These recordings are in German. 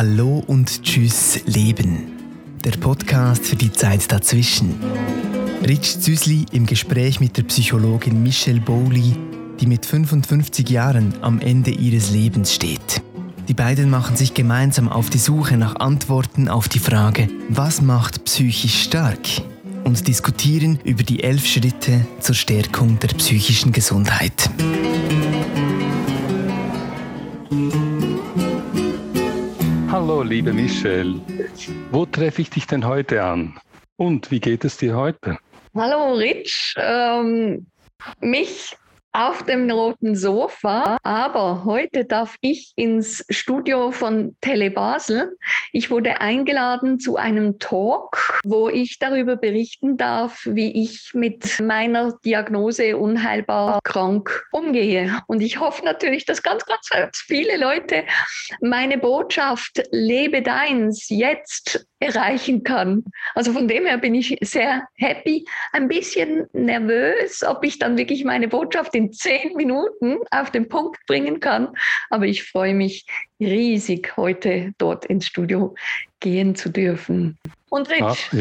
Hallo und Tschüss Leben. Der Podcast für die Zeit dazwischen. Ritsch Züsli im Gespräch mit der Psychologin Michelle Bowley, die mit 55 Jahren am Ende ihres Lebens steht. Die beiden machen sich gemeinsam auf die Suche nach Antworten auf die Frage, was macht psychisch stark? Und diskutieren über die 11 Schritte zur Stärkung der psychischen Gesundheit. Hallo, liebe Michelle. Wo treffe ich dich denn heute an? Und wie geht es dir heute? Hallo Ritsch, mich auf dem roten Sofa, aber heute darf ich ins Studio von Tele Basel. Ich wurde eingeladen zu einem Talk, wo ich darüber berichten darf, wie ich mit meiner Diagnose unheilbar krank umgehe. Und ich hoffe natürlich, dass ganz viele Leute meine Botschaft Lebe deins jetzt erreichen kann. Also von dem her bin ich sehr happy, ein bisschen nervös, ob ich dann wirklich meine Botschaft in 10 Minuten auf den Punkt bringen kann. Aber ich freue mich riesig, heute dort ins Studio gehen zu dürfen. Und Ritsch,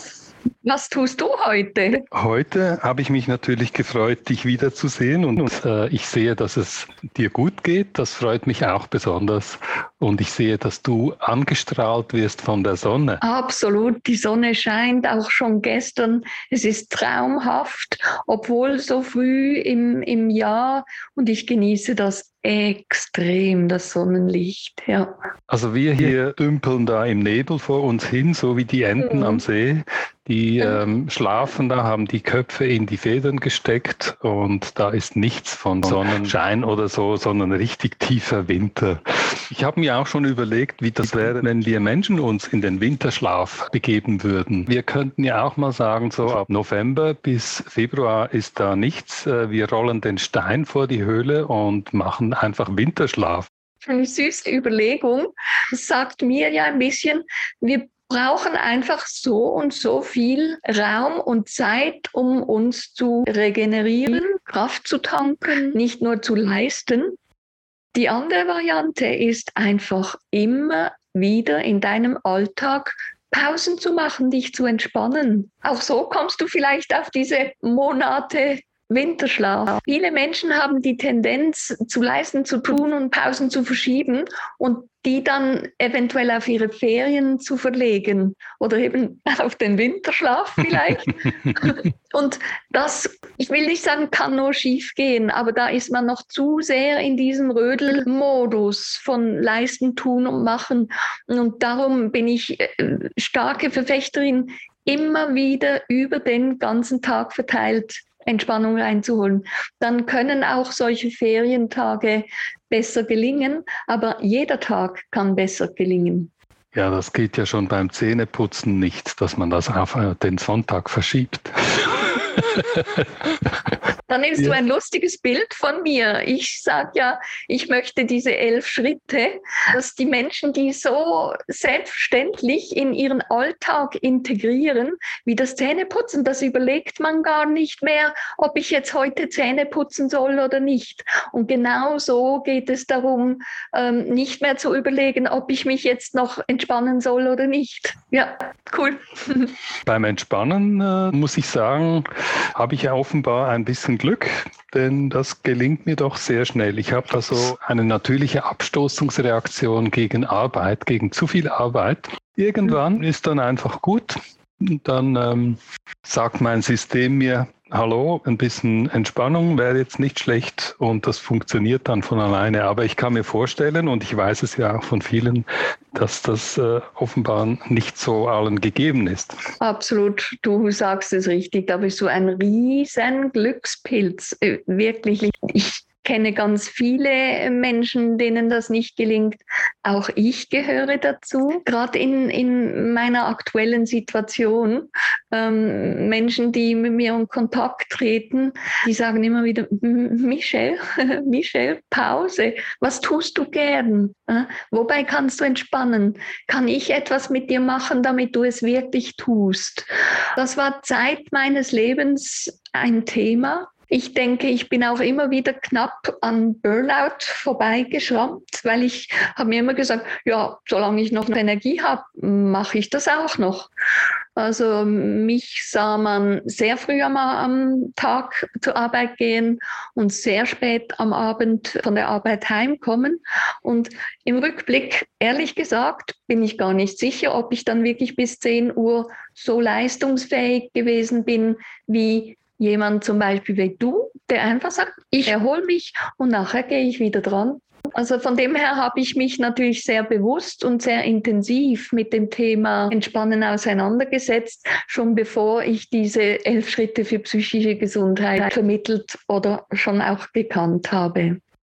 was tust du heute? Heute habe ich mich natürlich gefreut, dich wiederzusehen und ich sehe, dass es dir gut geht. Das freut mich auch besonders. Und ich sehe, dass du angestrahlt wirst von der Sonne. Absolut, die Sonne scheint auch schon gestern. Es ist traumhaft, obwohl so früh im Jahr, und ich genieße das extrem, das Sonnenlicht. Ja. Also wir hier dümpeln da im Nebel vor uns hin, so wie die Enten am See. Die schlafen da, haben die Köpfe in die Federn gesteckt und da ist nichts von Sonnenschein oder so, sondern richtig tiefer Winter. Ich habe mir auch schon überlegt, wie das wäre, wenn wir Menschen uns in den Winterschlaf begeben würden. Wir könnten ja auch mal sagen, so ab November bis Februar ist da nichts. Wir rollen den Stein vor die Höhle und machen einfach Winterschlaf. Eine süße Überlegung. Das sagt mir ja ein bisschen, wir brauchen einfach so und so viel Raum und Zeit, um uns zu regenerieren, Kraft zu tanken, nicht nur zu leisten. Die andere Variante ist einfach immer wieder in deinem Alltag Pausen zu machen, dich zu entspannen. Auch so kommst du vielleicht auf diese Monate Winterschlaf. Viele Menschen haben die Tendenz, zu leisten, zu tun und Pausen zu verschieben und die dann eventuell auf ihre Ferien zu verlegen oder eben auf den Winterschlaf vielleicht. Und das, ich will nicht sagen, kann nur schief gehen, aber da ist man noch zu sehr in diesem Rödelmodus von Leisten, Tun und Machen. Und darum bin ich starke Verfechterin, immer wieder über den ganzen Tag verteilt Entspannung reinzuholen. Dann können auch solche Ferientage besser gelingen, aber jeder Tag kann besser gelingen. Ja, das geht ja schon beim Zähneputzen nicht, dass man das auf den Sonntag verschiebt. Dann nimmst du ein lustiges Bild von mir. Ich sage ja, ich möchte diese 11 Schritte, dass die Menschen, die so selbstverständlich in ihren Alltag integrieren, wie das Zähneputzen, das überlegt man gar nicht mehr, ob ich jetzt heute Zähne putzen soll oder nicht. Und genau so geht es darum, nicht mehr zu überlegen, ob ich mich jetzt noch entspannen soll oder nicht. Ja, cool. Beim Entspannen muss ich sagen, habe ich ja offenbar ein bisschen Glück, denn das gelingt mir doch sehr schnell. Ich habe da so eine natürliche Abstoßungsreaktion gegen Arbeit, gegen zu viel Arbeit. Irgendwann ist dann einfach gut und dann sagt mein System mir, hallo, ein bisschen Entspannung wäre jetzt nicht schlecht und das funktioniert dann von alleine. Aber ich kann mir vorstellen, und ich weiß es ja auch von vielen, dass das offenbar nicht so allen gegeben ist. Absolut, du sagst es richtig, da bist du ein riesen Glückspilz, wirklich. Ich kenne ganz viele Menschen, denen das nicht gelingt. Auch ich gehöre dazu. Gerade in meiner aktuellen Situation, Menschen, die mit mir in Kontakt treten, die sagen immer wieder, Michelle, Pause, was tust du gern? Wobei kannst du entspannen? Kann ich etwas mit dir machen, damit du es wirklich tust? Das war Zeit meines Lebens ein Thema. Ich denke, ich bin auch immer wieder knapp an Burnout vorbeigeschrammt, weil ich habe mir immer gesagt, ja, solange ich noch Energie habe, mache ich das auch noch. Also mich sah man sehr früh am Tag zur Arbeit gehen und sehr spät am Abend von der Arbeit heimkommen. Und im Rückblick, ehrlich gesagt, bin ich gar nicht sicher, ob ich dann wirklich bis 10 Uhr so leistungsfähig gewesen bin, wie jemand zum Beispiel wie du, der einfach sagt, ich erhole mich und nachher gehe ich wieder dran. Also von dem her habe ich mich natürlich sehr bewusst und sehr intensiv mit dem Thema Entspannen auseinandergesetzt, schon bevor ich diese 11 Schritte für psychische Gesundheit vermittelt oder schon auch gekannt habe.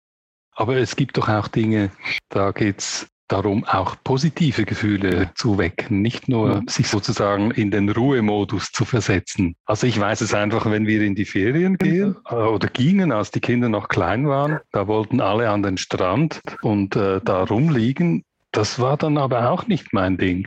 Aber es gibt doch auch Dinge, da geht es darum, auch positive Gefühle zu wecken, nicht nur sich sozusagen in den Ruhemodus zu versetzen. Also ich weiß es einfach, wenn wir in die Ferien gehen oder gingen, als die Kinder noch klein waren, da wollten alle an den Strand und da rumliegen. Das war dann aber auch nicht mein Ding.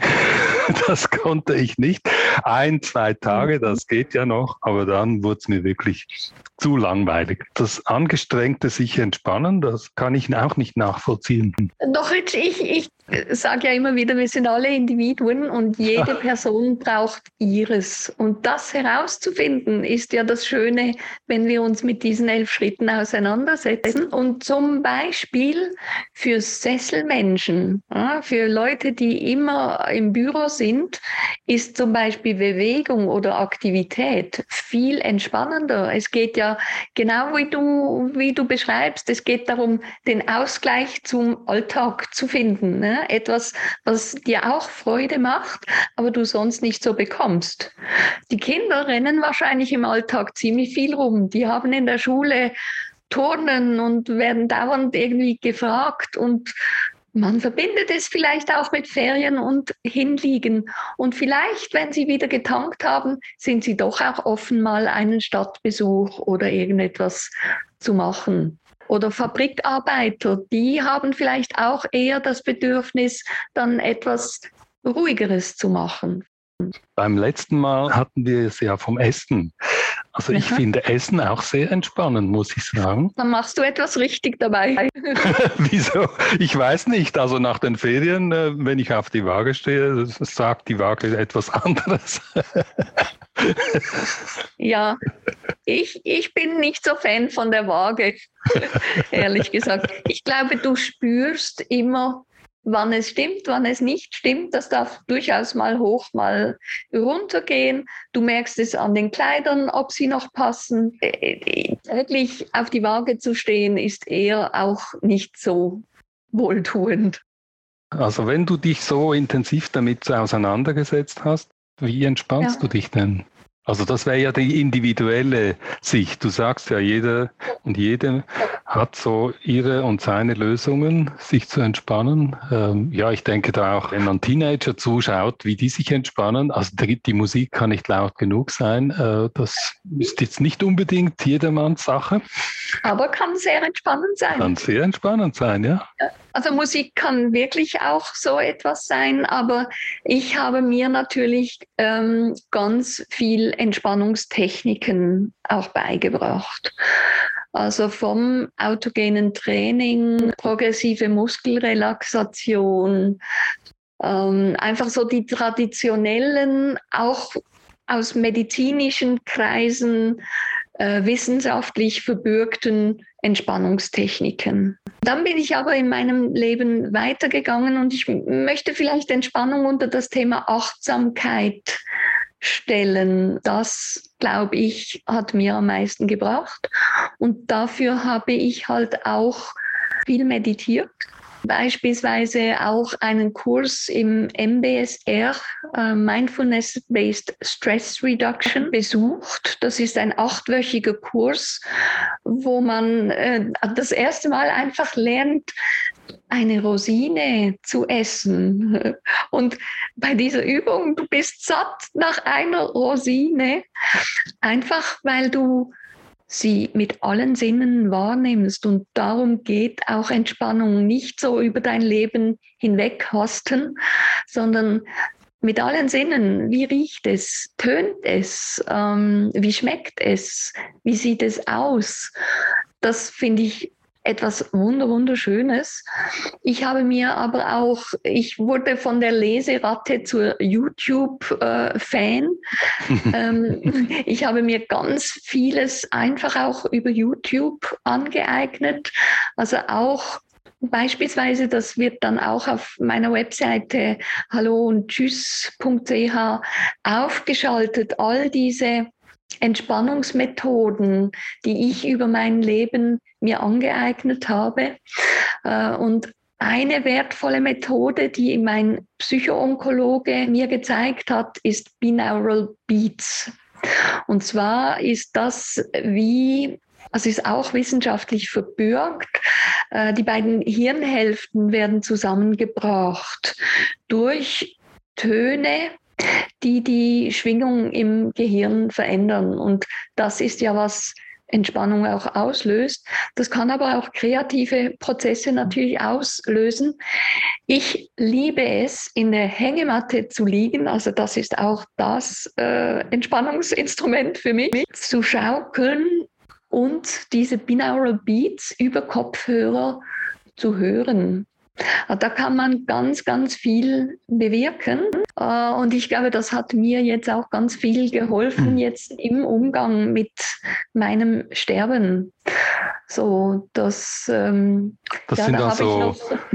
Das konnte ich nicht. 1, 2 Tage, das geht ja noch, aber dann wurde es mir wirklich zu langweilig. Das angestrengte sich entspannen, das kann ich auch nicht nachvollziehen. Doch, ich sage ja immer wieder, wir sind alle Individuen und jede Person braucht ihres. Und das herauszufinden, ist ja das Schöne, wenn wir uns mit diesen 11 Schritten auseinandersetzen. Und zum Beispiel für Sesselmenschen, für Leute, die immer im Büro sind, ist zum Beispiel Bewegung oder Aktivität viel entspannender. Es geht ja genau wie du beschreibst, es geht darum, den Ausgleich zum Alltag zu finden. Ne? Etwas, was dir auch Freude macht, aber du sonst nicht so bekommst. Die Kinder rennen wahrscheinlich im Alltag ziemlich viel rum. Die haben in der Schule Turnen und werden dauernd irgendwie gefragt und man verbindet es vielleicht auch mit Ferien und Hinliegen. Und vielleicht, wenn Sie wieder getankt haben, sind Sie doch auch offen, mal einen Stadtbesuch oder irgendetwas zu machen. Oder Fabrikarbeiter, die haben vielleicht auch eher das Bedürfnis, dann etwas Ruhigeres zu machen. Beim letzten Mal hatten wir es ja vom Essen. Also ich finde Essen auch sehr entspannend, muss ich sagen. Dann machst du etwas richtig dabei. Wieso? Ich weiß nicht. Also nach den Ferien, wenn ich auf die Waage stehe, sagt die Waage etwas anderes. Ja, ich bin nicht so Fan von der Waage, ehrlich gesagt. Ich glaube, du spürst immer, wann es stimmt, wann es nicht stimmt. Das darf durchaus mal hoch, mal runtergehen. Du merkst es an den Kleidern, ob sie noch passen. Wirklich auf die Waage zu stehen, ist eher auch nicht so wohltuend. Also wenn du dich so intensiv damit auseinandergesetzt hast, wie entspannst du dich denn? Also das wäre ja die individuelle Sicht. Du sagst ja, jeder und jede hat so ihre und seine Lösungen, sich zu entspannen. Ja, ich denke da auch, wenn man Teenager zuschaut, wie die sich entspannen, also die Musik kann nicht laut genug sein. Das ist jetzt nicht unbedingt jedermanns Sache. Aber kann sehr entspannend sein. Kann sehr entspannend sein, ja. Also Musik kann wirklich auch so etwas sein, aber ich habe mir natürlich ganz viel Entspannungstechniken auch beigebracht. Also vom autogenen Training, progressive Muskelrelaxation, einfach so die traditionellen, auch aus medizinischen Kreisen wissenschaftlich verbürgten Entspannungstechniken. Dann bin ich aber in meinem Leben weitergegangen und ich möchte vielleicht Entspannung unter das Thema Achtsamkeit stellen. Das, glaube ich, hat mir am meisten gebracht. Und dafür habe ich halt auch viel meditiert. Beispielsweise auch einen Kurs im MBSR, Mindfulness-Based Stress Reduction, besucht. Das ist ein 8-wöchiger Kurs, wo man das erste Mal einfach lernt, eine Rosine zu essen. Und bei dieser Übung, du bist satt nach einer Rosine, einfach weil du sie mit allen Sinnen wahrnimmst. Und darum geht auch Entspannung, nicht so über dein Leben hinweg hasten, sondern mit allen Sinnen, wie riecht es, tönt es, wie schmeckt es, wie sieht es aus, das finde ich etwas Wunderschönes. Ich habe mir aber auch, ich wurde von der Leseratte zur YouTube-Fan. Ich habe mir ganz vieles einfach auch über YouTube angeeignet. Also auch beispielsweise, das wird dann auch auf meiner Webseite halloundtschüss.ch aufgeschaltet, all diese Entspannungsmethoden, die ich über mein Leben mir angeeignet habe. Und eine wertvolle Methode, die mein Psychoonkologe mir gezeigt hat, ist Binaural Beats. Und zwar ist das also ist auch wissenschaftlich verbürgt. Die beiden Hirnhälften werden zusammengebracht durch Töne, die die Schwingung im Gehirn verändern. Und das ist ja, was Entspannung auch auslöst. Das kann aber auch kreative Prozesse natürlich auslösen. Ich liebe es, in der Hängematte zu liegen. Also das ist auch das Entspannungsinstrument für mich, zu schaukeln und diese Binaural Beats über Kopfhörer zu hören. Da kann man ganz, ganz viel bewirken. Und ich glaube, das hat mir jetzt auch ganz viel geholfen, jetzt im Umgang mit meinem Sterben. So, das sind also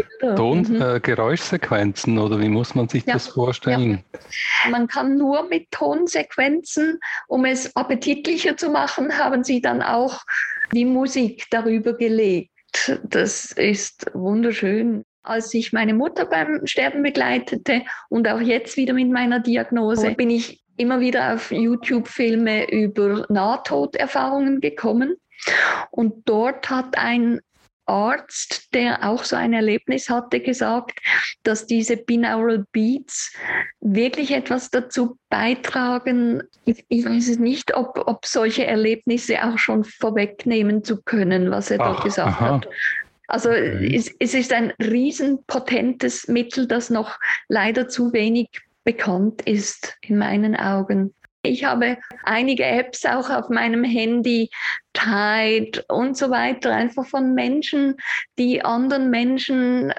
Geräuschsequenzen, oder wie muss man sich das vorstellen? Ja. Man kann nur mit Tonsequenzen, um es appetitlicher zu machen, haben sie dann auch die Musik darüber gelegt. Das ist wunderschön. Als ich meine Mutter beim Sterben begleitete und auch jetzt wieder mit meiner Diagnose, bin ich immer wieder auf YouTube-Filme über Nahtoderfahrungen gekommen. Und dort hat ein Arzt, der auch so ein Erlebnis hatte, gesagt, dass diese Binaural Beats wirklich etwas dazu beitragen. Ich weiß es nicht, ob solche Erlebnisse auch schon vorwegnehmen zu können, was er dort gesagt hat. Also es ist ein riesenpotentes Mittel, das noch leider zu wenig bekannt ist in meinen Augen. Ich habe einige Apps auch auf meinem Handy, Tide und so weiter, einfach von Menschen, die anderen Menschen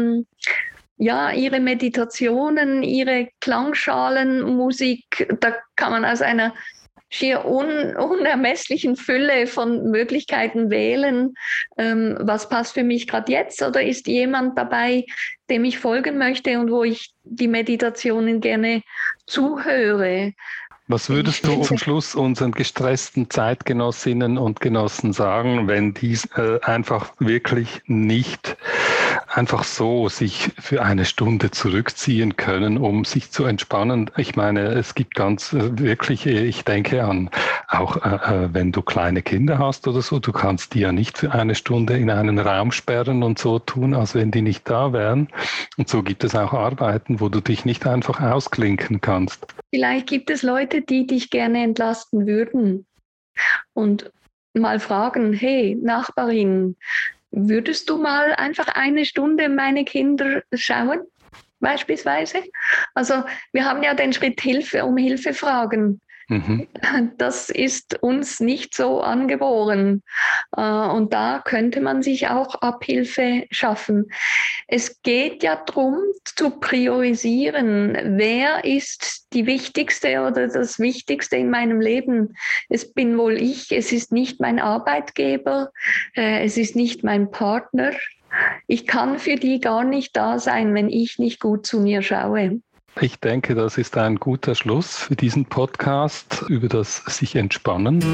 ihre Meditationen, ihre Klangschalenmusik, da kann man aus einer schier unermesslichen Fülle von Möglichkeiten wählen, was passt für mich gerade jetzt, oder ist jemand dabei, dem ich folgen möchte und wo ich die Meditationen gerne zuhöre. Was würdest du zum Schluss unseren gestressten Zeitgenossinnen und Genossen sagen, wenn die einfach wirklich nicht einfach so sich für eine Stunde zurückziehen können, um sich zu entspannen? Ich meine, es gibt ganz wirklich, ich denke an, auch wenn du kleine Kinder hast oder so, du kannst die ja nicht für eine Stunde in einen Raum sperren und so tun, als wenn die nicht da wären. Und so gibt es auch Arbeiten, wo du dich nicht einfach ausklinken kannst. Vielleicht gibt es Leute, die dich gerne entlasten würden und mal fragen, hey, Nachbarin, würdest du mal einfach eine Stunde meine Kinder schauen, beispielsweise? Also wir haben ja den Schritt Hilfe um Hilfe fragen. Das ist uns nicht so angeboren. Und da könnte man sich auch Abhilfe schaffen. Es geht ja darum, zu priorisieren, wer ist die wichtigste oder das Wichtigste in meinem Leben. Es bin wohl ich, es ist nicht mein Arbeitgeber, es ist nicht mein Partner. Ich kann für die gar nicht da sein, wenn ich nicht gut zu mir schaue. Ich denke, das ist ein guter Schluss für diesen Podcast über das sich entspannen.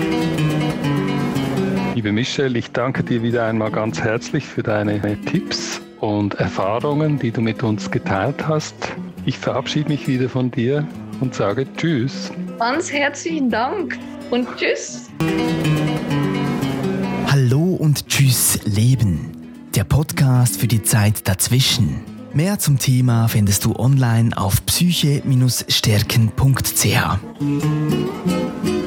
Liebe Michelle, ich danke dir wieder einmal ganz herzlich für deine Tipps und Erfahrungen, die du mit uns geteilt hast. Ich verabschiede mich wieder von dir und sage Tschüss. Ganz herzlichen Dank und Tschüss. Hallo und Tschüss Leben, der Podcast für die Zeit dazwischen. Mehr zum Thema findest du online auf psyche-stärken.ch.